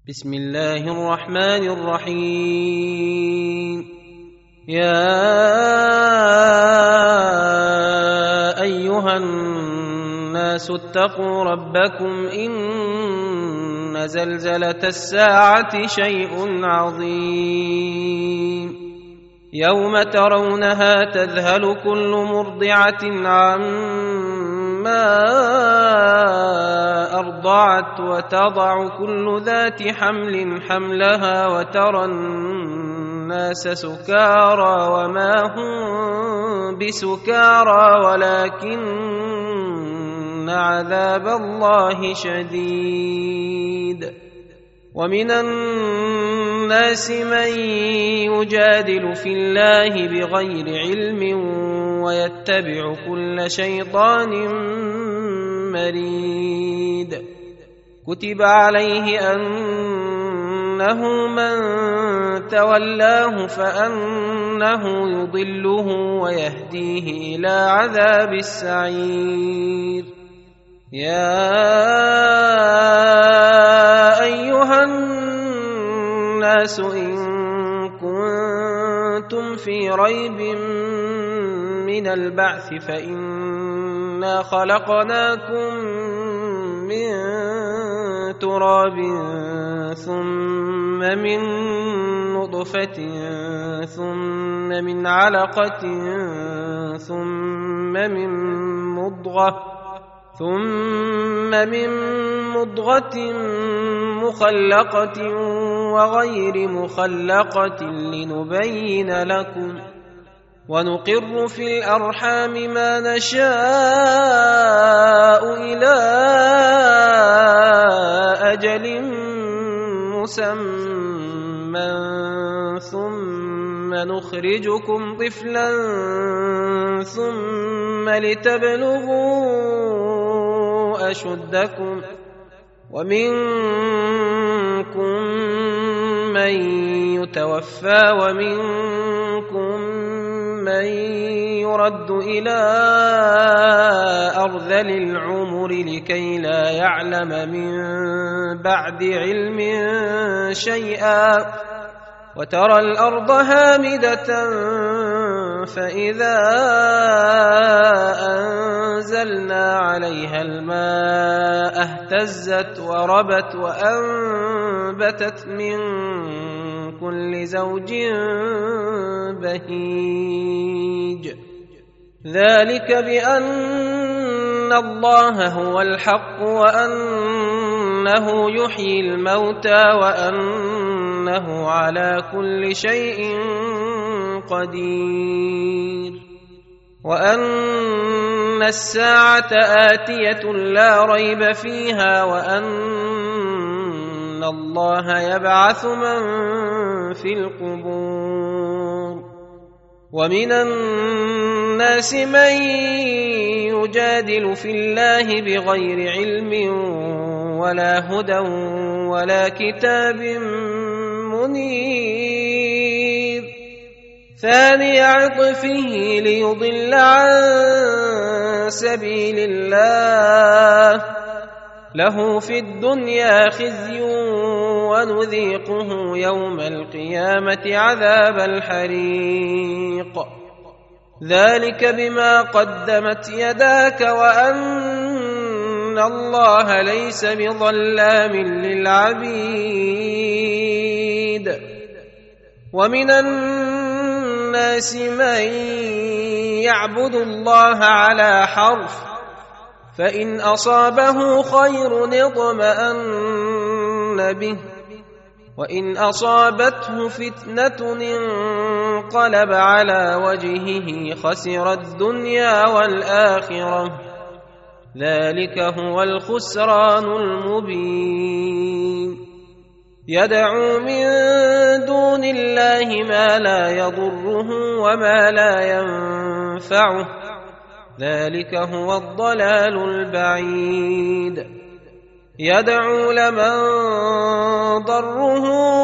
بسم الله الرحمن الرحيم. يا أيها الناس اتقوا ربكم إن زلزلة الساعة شيء عظيم يوم ترونها تذهل كل مرضعة عما أرضعت وتضع كل ذات حمل حملها وترى الناس سكارى وما هم بسكارى ولكن عذاب الله شديد. ومن الناس من يجادل في الله بغير علم ويتبع كل شيطان مريد. كتب عليه أنه من تولاه فأنه يضله ويهديه إلى عذاب السعير. يا أيها الناس إن كنتم في ريب من البعث فإنا خلقناكم من تراب ثم من نطفة ثم من علقة ثم من مضغة مخلقة وغير مخلقة لنبين لكم ونقر في الأرحام ما نشاء إلى أجل مسمى ثم نخرجكم طفلا ثم لتبلغوا أشدكم ومنكم من يتوفى ومنكم من يرد إلى أرذل العمر لكي لا يعلم من بعد علم شيئا. وترى الأرض هامدة فإذا أنزلنا عليها الماء اهتزت وربت وأنبتت من كل زوج بهيج. ذلك بأن الله هو الحق وأنه يحيي الموتى وأنه على كل شيء قدير وأن الساعة آتية لا ريب فيها وأن الله يبعث من في القبور. ومن الناس من يجادل في الله بغير علم ولا هدى ولا كتاب منير. ثاني عطفه ليضل عن سبيل الله له في الدنيا خزي ونذيقه يوم القيامة عذاب الحريق. ذلك بما قدمت يداك وأن الله ليس بظلام للعبيد. ومن الناس من يعبد الله على حرف فإن أصابه خير اطمأن به وإن أصابته فتنة انقلب على وجهه خسر الدنيا والآخرة. ذلك هو الخسران المبين. يدعو من دون الله ما لا يضره وما لا ينفعه. ذلك هو الضلال البعيد. يدعو لمن ضره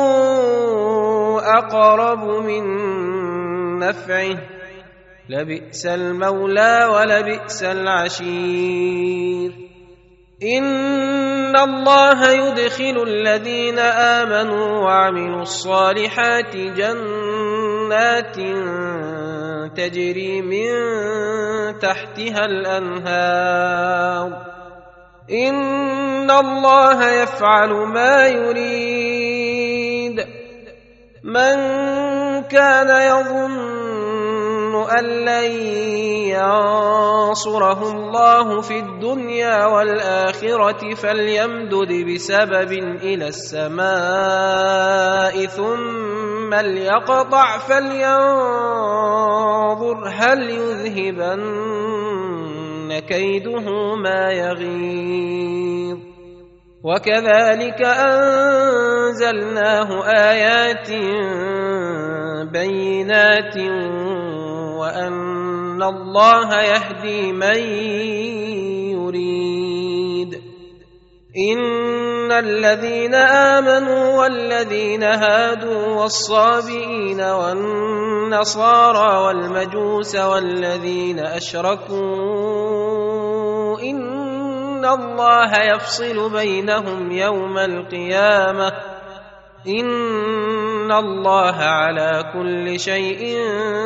أقرب من نفعه لبئس المولى ولبئس العشير. إن إن الله يدخل الذين آمنوا وعملوا الصالحات جنات تجري من تحتها الأنهار إن الله يفعل ما يريد. من كان يظن أن لن ينصره الله في الدنيا والآخرة فليمدد بسبب إلى السماء ثم ليقطع فلينظر هل يذهبن كيده ما يغيظ. وكذلك أنزلناه آيات بينات وأن الله يهدي من يريد. إن الذين آمنوا والذين هادوا والصابئين والنصارى والمجوس والذين أشركوا إن الله يفصل بينهم يوم القيامة إن الله على كل شيء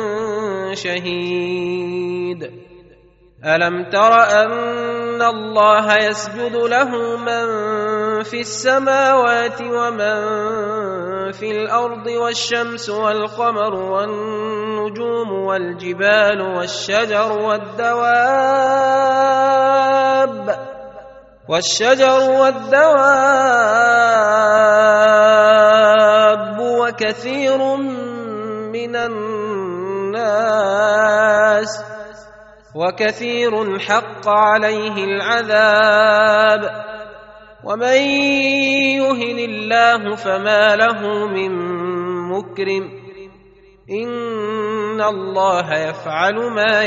شهيد. ألم تر أن الله يسجد له من في السماوات ومن في الأرض والشمس والقمر والنجوم والجبال والشجر والدواب وكثير من الناس وكثير حق عليه العذاب ومن يهن الله فما له من مكرم إن الله يفعل ما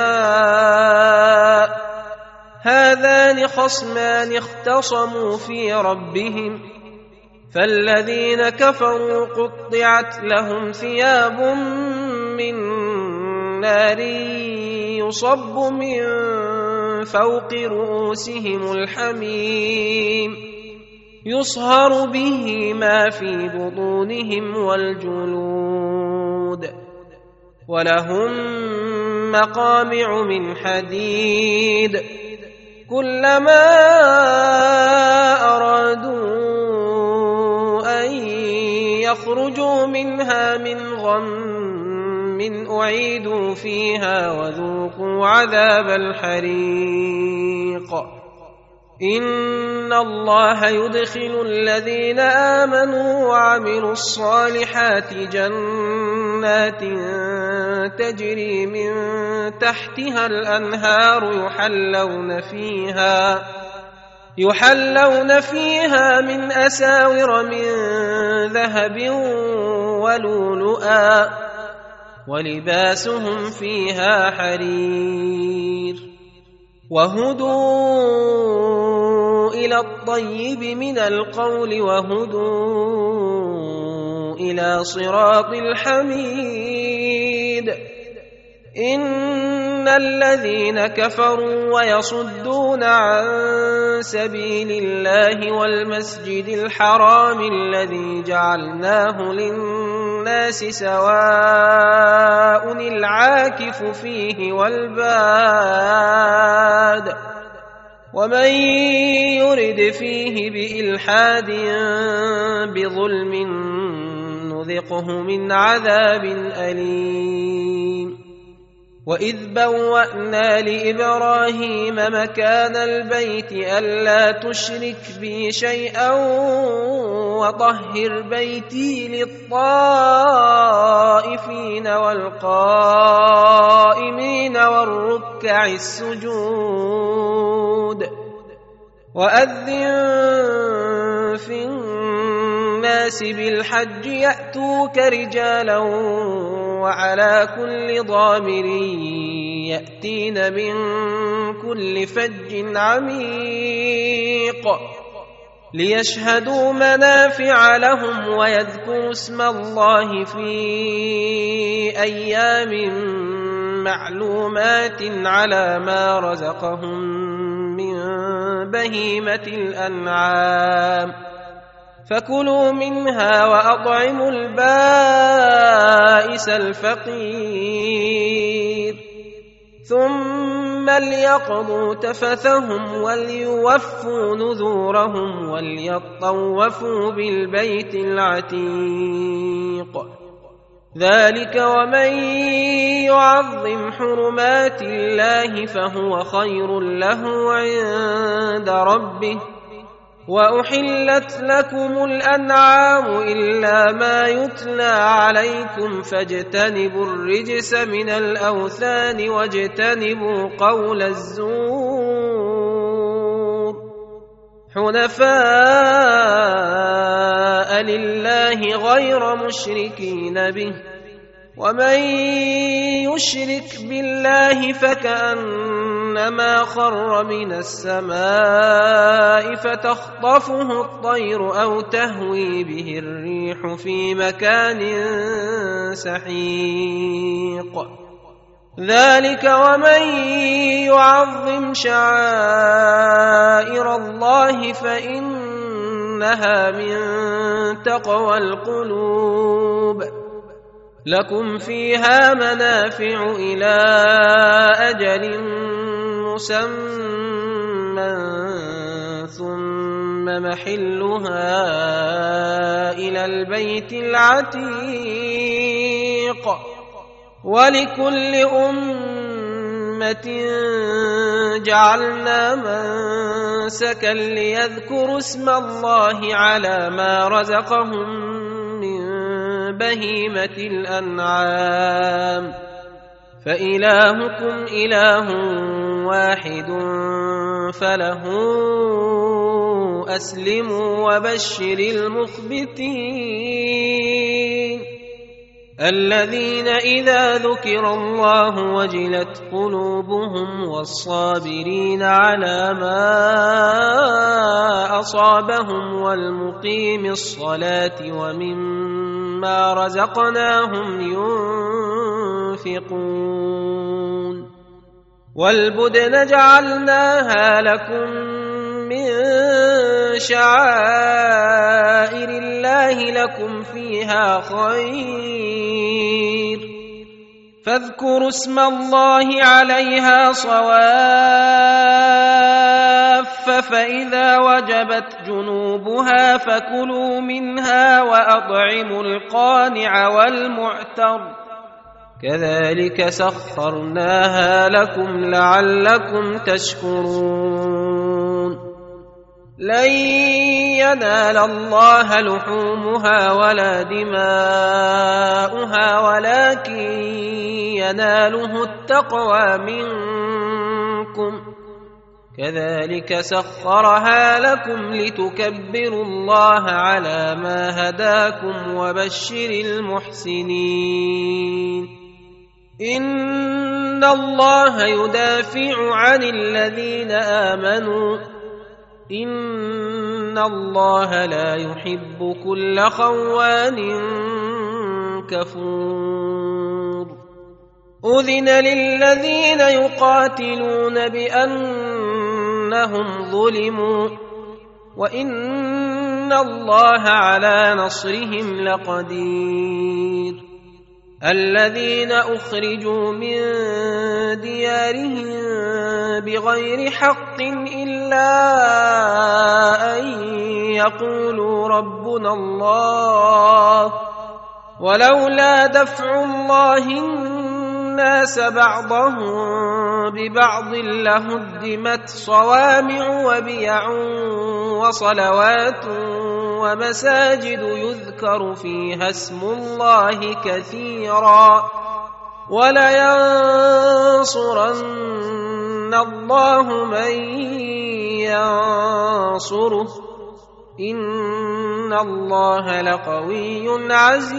يشاء. هذان خصمان اختصموا في ربهم فالذين كفروا قطعت لهم ثياب من نار يصب من فوق رؤوسهم الحميم يصهر به ما في بطونهم والجلود ولهم مقامع من حديد كلما أرادوا أن يخرجوا منها من غم أعيدوا فيها وذوقوا عذاب الحريق. إن الله يدخل الذين آمنوا وعملوا الصالحات جنات تجري من تحتها الأنهار يحلون فيها من أساور من ذهب ولؤلؤا ولباسهم فيها حرير وهدوا إلى الطيب من القول وهدوا إلى صراط الحميد. إن الذين كفروا ويصدون عن سبيل الله والمسجد الحرام الذي جعلناه للناس سواء العاكف فيه والباد ومن يرد فيه بإلحاد بظلم نذقه من عذاب أليم. وإذ بوأنا لإبراهيم مكان البيت ألا تشرك بي شيئا وطهر بيتي للطائفين والقائمين والركع السجود وأذن في الناس بالحج يأتوك رجالا وعلى كل ضامر يأتين من كل فج عميق ليشهدوا منافع لهم ويذكروا اسم الله في أيام معلومات على ما رزقهم من بهيمة الأنعام فكلوا منها وأطعموا البائس الفقير ثم ليقضوا تفثهم وليوفوا نذورهم وليطوفوا بالبيت العتيق ذلك ومن يعظم حرمات الله فهو خير له عند ربه وأحلت لكم الأنعام إلا ما يتلى عليكم فاجتنبوا الرجس من الأوثان واجتنبوا قول الزور حنفاء لله غير مشركين به ومن يشرك بالله فكأنما خر من السماء فتخطفه الطير أو تهوي به الريح في مكان سحيق ذلك ومن يعظم شعائر الله فإنها من تقوى القلوب لكم فيها منافع إلى أجل مسمى ثم محلها إلى البيت العتيق ولكل أمة جعلنا منسكا ليذكروا اسم الله على ما رزقهم بهيمة الأنعام فإلهكم إله واحد فله أسلموا وبشر المخبتين الذين إذا ذكر الله وجلت قلوبهم والصابرين على ما أصابهم والمقيم الصلاة ومما رزقناهم ينفقون والبدن جعلناها لكم من شعائر الله لكم فيها خير فاذكروا اسم الله عليها صواف فإذا وجبت جنوبها فكلوا منها وأطعموا القانع والمعتر كذلك سخرناها لكم لعلكم تشكرون لن ينال الله لحومها ولا دماؤها ولكن يناله التقوى منكم كذلك سخرها لكم لتكبروا الله على ما هداكم وبشر المحسنين إن الله يدافع عن الذين آمنوا إن الله لا يحب كل خوان كفور أذن للذين يقاتلون بأنهم ظلموا وإن الله على نصرهم لقدير الذين أخرجوا من ديارهم بغير حق إلا أن يقولوا ربنا الله ولولا دفع الله الناس بعضهم ببعض لهدمت صوامع وبيع وصلوات ومساجد يذكر فيها اسم الله كثيرا ولينصرن الله من ينصره إن الله لقوي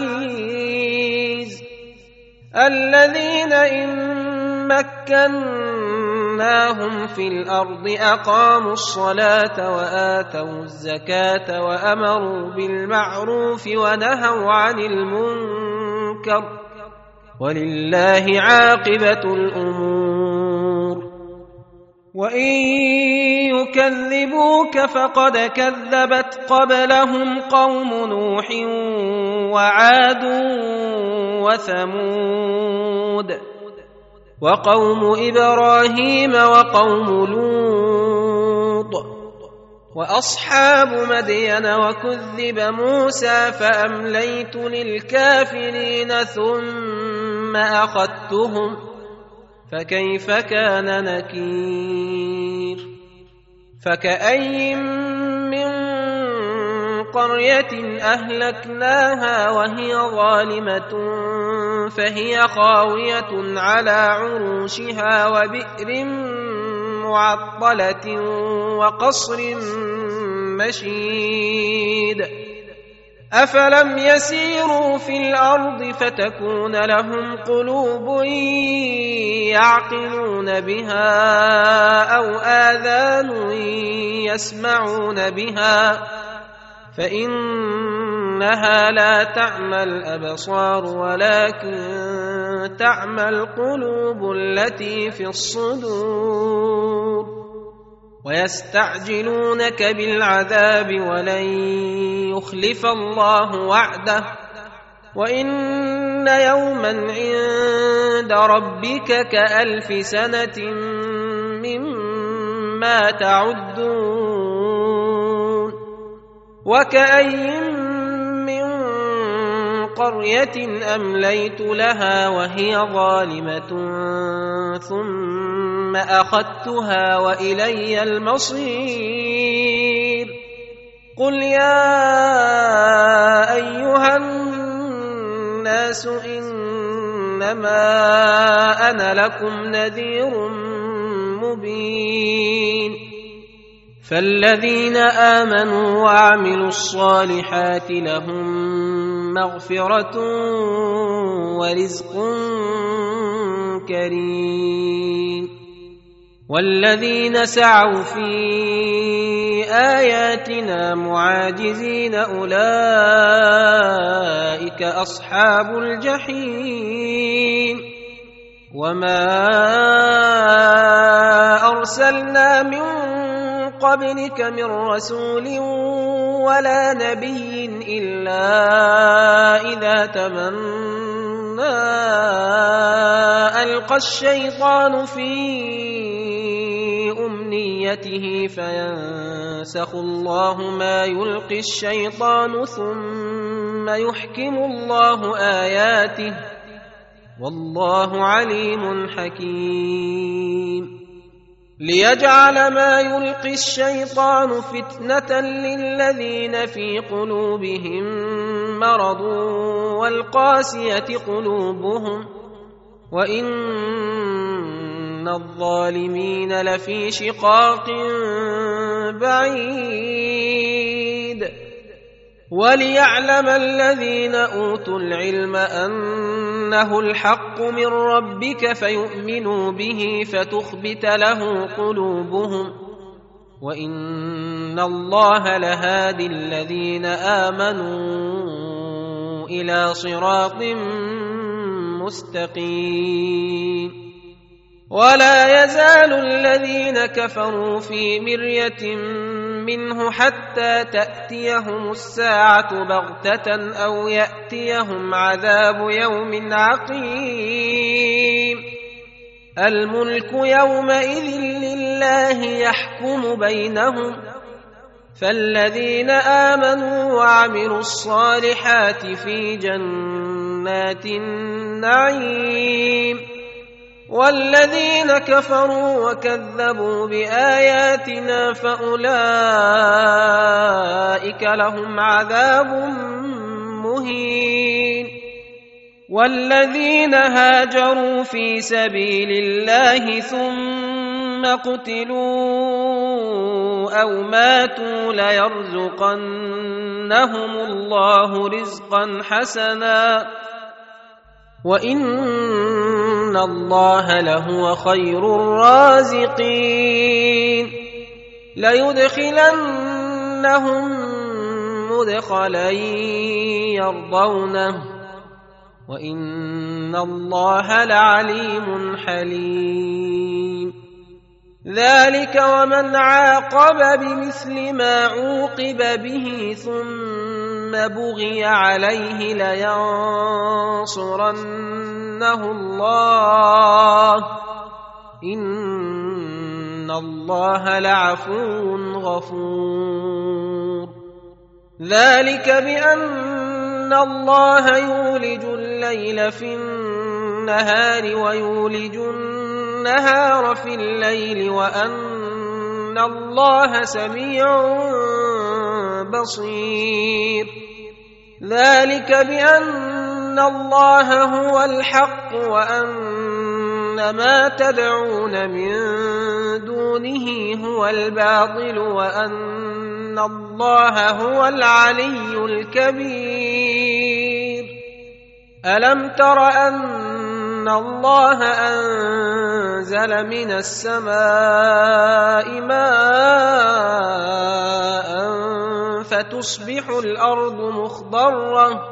عزيز الذين إن مكناهم في الأرض أقاموا الصلاة وآتوا الزكاة وأمروا بالمعروف ونهوا عن المنكر ولله عاقبة الأمور وإن يكذبوك فقد كذبت قبلهم قوم نوح وعاد وثمود وقوم إبراهيم وقوم لوط وأصحاب مدين وكذب موسى فأمليت للكافرين ثم أخذتهم فكيف كان نكير فكأي من قرية أهلكناها وهي ظالمة فهي خاوية على عروشها وبئر معطلة وقصر مشيد أفلم يسيروا في الأرض فتكون لهم قلوب يعقلون بها أو آذان يسمعون بها فإنها لا تعمى الأبصار ولكن تعمى القلوب التي في الصدور ويستعجلونك بالعذاب ولن يخلف الله وعده وإن يوما عند ربك كألف سنة مما تعدون وكأي من قرية أمليت لها وهي ظالمة ثم أخذتها وإلي المصير قل يا أيها الناس إنما أنا لكم نذير مبين فالذين آمنوا وعملوا الصالحات لهم مغفرة ورزق كريم والذين سعوا في آياتنا معاجزين أولئك أصحاب الجحيم وما أرسلنا من قبلك من رسول ولا نبي إلا إذا تمنى ألقى الشيطان في أمنيته فينسخ الله ما يلقي الشيطان ثم يحكم الله آياته والله عليم حكيم ليجعل ما يلقي الشيطان فتنة للذين في قلوبهم مرض والقاسية قلوبهم وإن الظالمين لفي شقاق بعيد وليعلم الذين أوتوا العلم أنه الحق من ربك فيؤمنوا به فتخبت له قلوبهم وإن الله لهادي الذين آمنوا إلى صراط مستقيم ولا يزال الذين كفروا في مرية منه حتى تأتيهم الساعة بغتة أو يأتيهم عذاب يوم عقيم الملك يومئذ لله يحكم بينهم فالذين آمنوا وعملوا الصالحات في جنات النعيم والذين كفروا وكذبوا بآياتنا فأولئك لهم عذاب مهين والذين هاجروا في سبيل الله ثم قتلوا أو ماتوا ليرزقنهم الله رزقا حسنا وإن الله لهو خير الرازقين ليدخلنهم مدخلا يرضونه وإن الله لعليم حليم ذلك ومن عاقب بمثل ما عوقب به ثم بغي عليه لينصرنه الله إن الله لعفو غفور. ذلك بأن الله يولج الليل في النهار ويولج النهار في الليل وأن الله سميع بصير. ذلك بأن الله هو الحق وأن ما تدعون من دونه هو الباطل وأن الله هو العلي الكبير. ألم تر أن الله أنزل من السماء ماء فتصبح الأرض مخضرة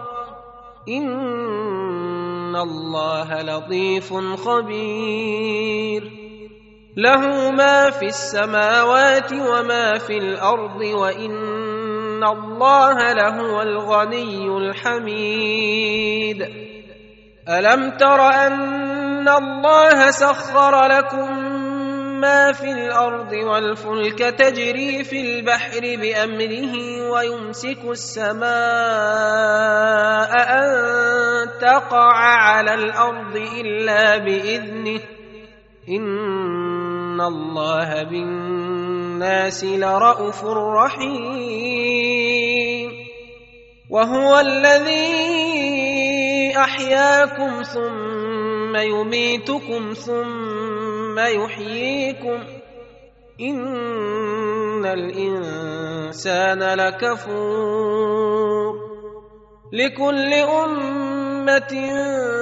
إن الله لطيف خبير. له ما في السماوات وما في الأرض وإن الله لهو الغني الحميد. ألم تر أن الله سخر لكم ما في الأرض والفلك تجري في البحر بأمره ويمسك السماء أن تقع على الأرض إلا بإذنه إن الله بالناس لرءوف رحيم. وهو الذي أحياكم ثم يميتكم ثم يحييكم إن الإنسان لكفور. لكل أمة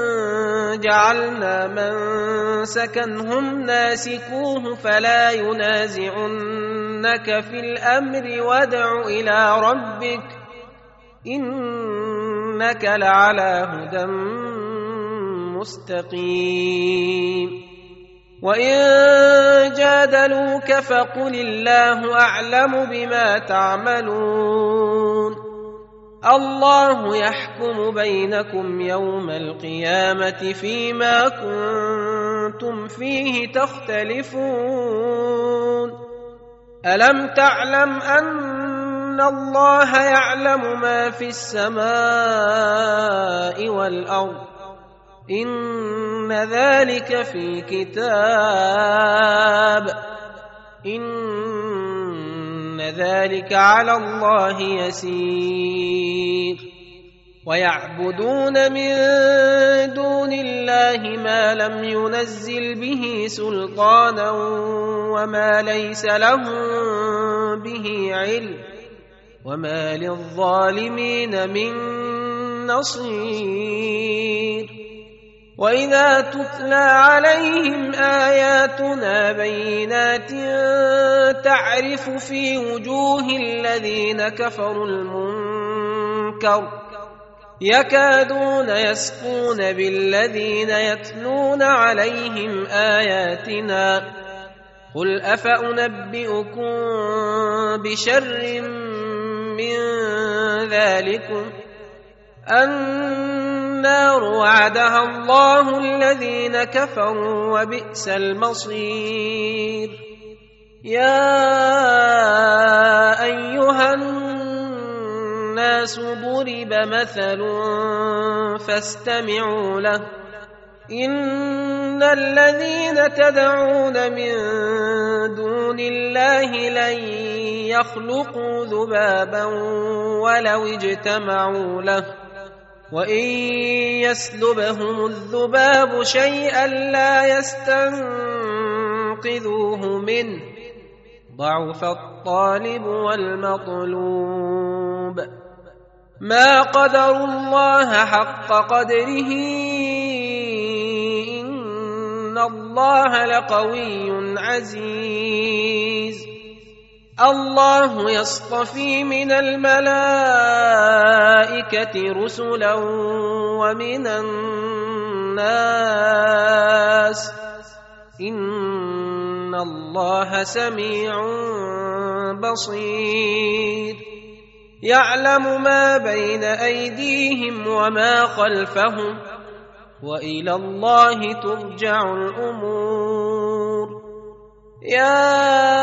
جعلنا منسكا هم ناسكوه فلا ينازعنك في الأمر وادع إلى ربك إنك لعلى هدى مستقيم. وإن جادلوك فقل الله أعلم بما تعملون الله يحكم بينكم يوم القيامة فيما كنتم فيه تختلفون. ألم تعلم أن الله يعلم ما في السماء والأرض إن ذلك في كتاب إن ذلك على الله يسير. ويعبدون من دون الله ما لم ينزل به سلطانا وما ليس لهم به علم وما للظالمين من نصير. وإذا تتلى عليهم آياتنا بينات تعرف في وجوه الذين كفروا المنكر يكادون يسقون بالذين يتلون عليهم آياتنا قل أفأنبئكم بشر من ذلكم النار وعدها الله الذين كفروا وبئس المصير. يا أيها الناس ضرب مثل فاستمعوا له إن الذين تدعون من دون الله لن يخلقوا ذبابا ولو اجتمعوا له وإن يسلبهم الذباب شيئا لا يستنقذوه منه ضعف الطالب والمطلوب. ما قدروا الله حق قدره إن الله لقوي عزيز. الله يصطفي من الملائكة رسلا ومن الناس إن إن الله سميع بصير يعلم ما بين أيديهم وما خلفهم وإلى الله ترجع الأمور يا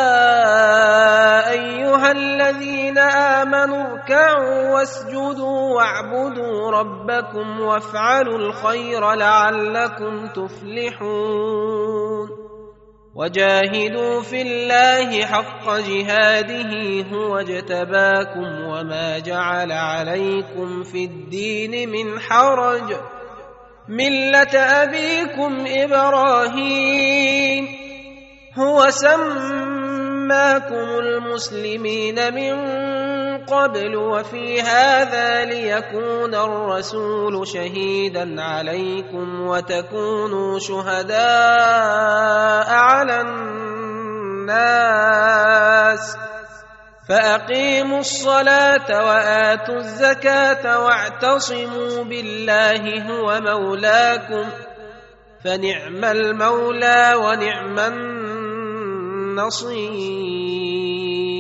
أيها الذين آمنوا اركعوا واسجدوا واعبدوا ربكم وافعلوا الخير لعلكم تفلحون وجاهدوا في الله حق جهاده هو اجتباكم وما جعل عليكم في الدين من حرج ملة أبيكم إبراهيم هو سماكم المسلمين من قبل وفي هذا ليكون الرسول شهيدا عليكم وتكونوا شهداء على الناس فأقيموا الصلاة وآتوا الزكاة واعتصموا بالله هو مولاكم فنعم المولى ونعم النصير